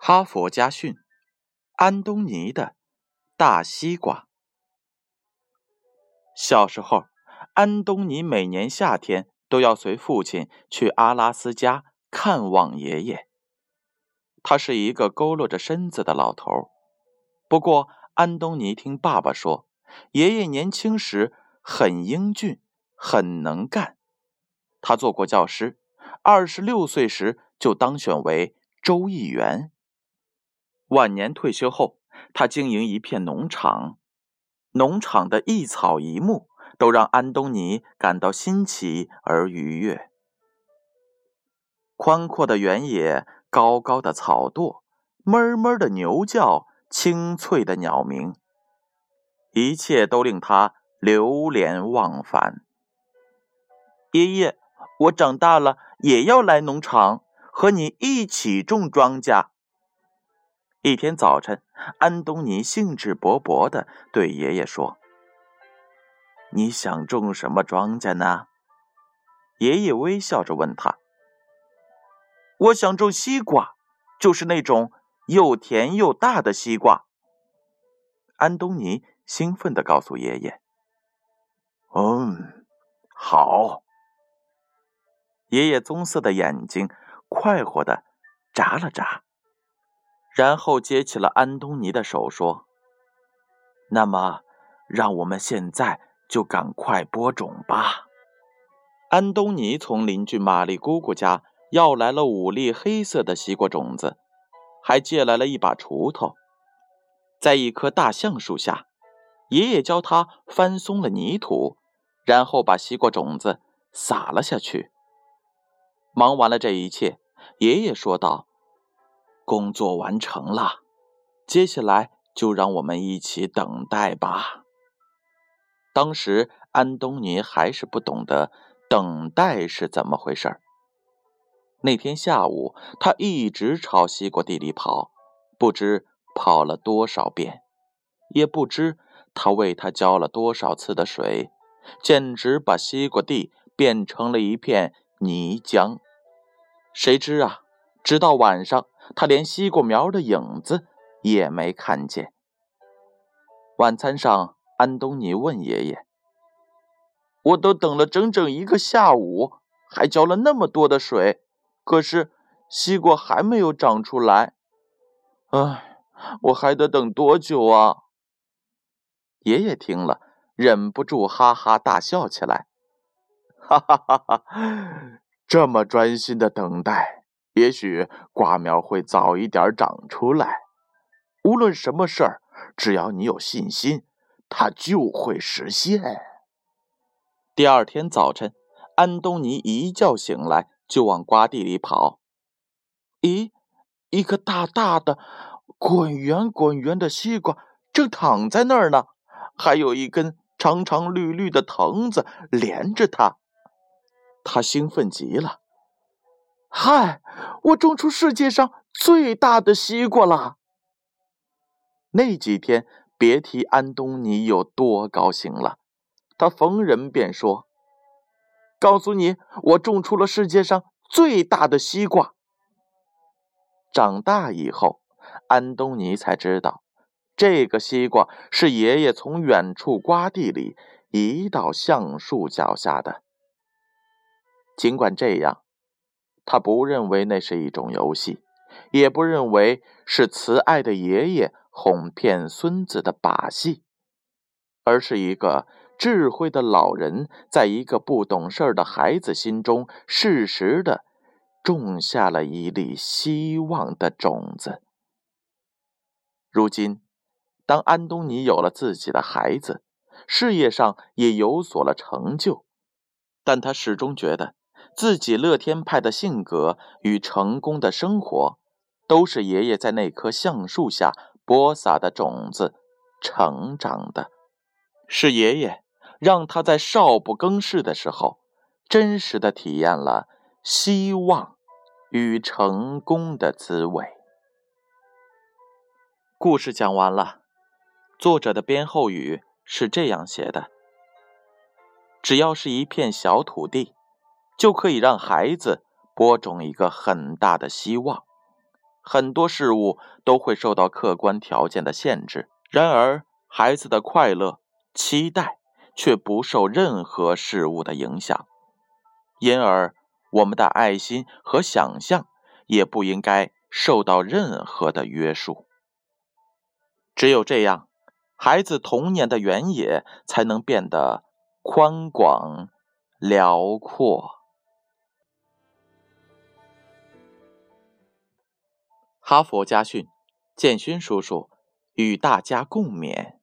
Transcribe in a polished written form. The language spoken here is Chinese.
哈佛家训：安东尼的大西瓜。小时候，安东尼每年夏天都要随父亲去阿拉斯加看望爷爷。他是一个佝偻着身子的老头，不过安东尼听爸爸说，爷爷年轻时很英俊，很能干。他做过教师，26岁时就当选为州议员。晚年退休后，他经营一片农场，农场的一草一木都让安东尼感到新奇而愉悦。宽阔的原野，高高的草垛，哞哞的牛叫，清脆的鸟鸣，一切都令他流连忘返。爷爷，我长大了也要来农场，和你一起种庄稼。一天早晨，安东尼兴致勃勃地对爷爷说：“你想种什么庄稼呢？”爷爷微笑着问他：“我想种西瓜，就是那种又甜又大的西瓜。”安东尼兴奋地告诉爷爷：“好。”爷爷棕色的眼睛快活地眨了眨，然后接起了安东尼的手说：“那么，让我们现在就赶快播种吧。”安东尼从邻居玛丽姑姑家要来了5粒黑色的西瓜种子，还借来了一把锄头。在一棵大橡树下，爷爷教他翻松了泥土，然后把西瓜种子撒了下去。忙完了这一切，爷爷说道：“工作完成了，接下来就让我们一起等待吧。”当时安东尼还是不懂得等待是怎么回事。那天下午，他一直朝西瓜地里跑，不知跑了多少遍，也不知他为他浇了多少次的水，简直把西瓜地变成了一片泥浆。谁知啊，直到晚上，他连西瓜苗的影子也没看见。晚餐上，安东尼问爷爷：“我都等了整整1个下午，还浇了那么多的水，可是西瓜还没有长出来。唉，我还得等多久啊？”爷爷听了，忍不住哈哈大笑起来。哈哈哈哈，这么专心的等待，也许瓜苗会早一点长出来。无论什么事儿，只要你有信心，它就会实现。第二天早晨，安东尼一觉醒来就往瓜地里跑。咦，一个大大的、滚圆滚圆的西瓜正躺在那儿呢，还有一根长长绿绿的藤子连着它。他兴奋极了。嗨，我种出世界上最大的西瓜了！那几天，别提安东尼有多高兴了。他逢人便说：“告诉你，我种出了世界上最大的西瓜。”长大以后，安东尼才知道，这个西瓜是爷爷从远处瓜地里移到橡树脚下的。尽管这样，他不认为那是一种游戏，也不认为是慈爱的爷爷哄骗孙子的把戏，而是一个智慧的老人在一个不懂事的孩子心中适时地种下了一粒希望的种子。如今，当安东尼有了自己的孩子，事业上也有所了成就，但他始终觉得自己乐天派的性格与成功的生活，都是爷爷在那棵橡树下播撒的种子成长的。是爷爷让他在少不更事的时候，真实地体验了希望与成功的滋味。故事讲完了，作者的编后语是这样写的：只要是一片小土地，就可以让孩子播种一个很大的希望。 很多事物都会受到客观条件的限制，然而孩子的快乐、期待却不受任何事物的影响，因而我们的爱心和想象也不应该受到任何的约束。只有这样，孩子童年的原野才能变得宽广、辽阔。哈佛家训，建勋叔叔与大家共勉。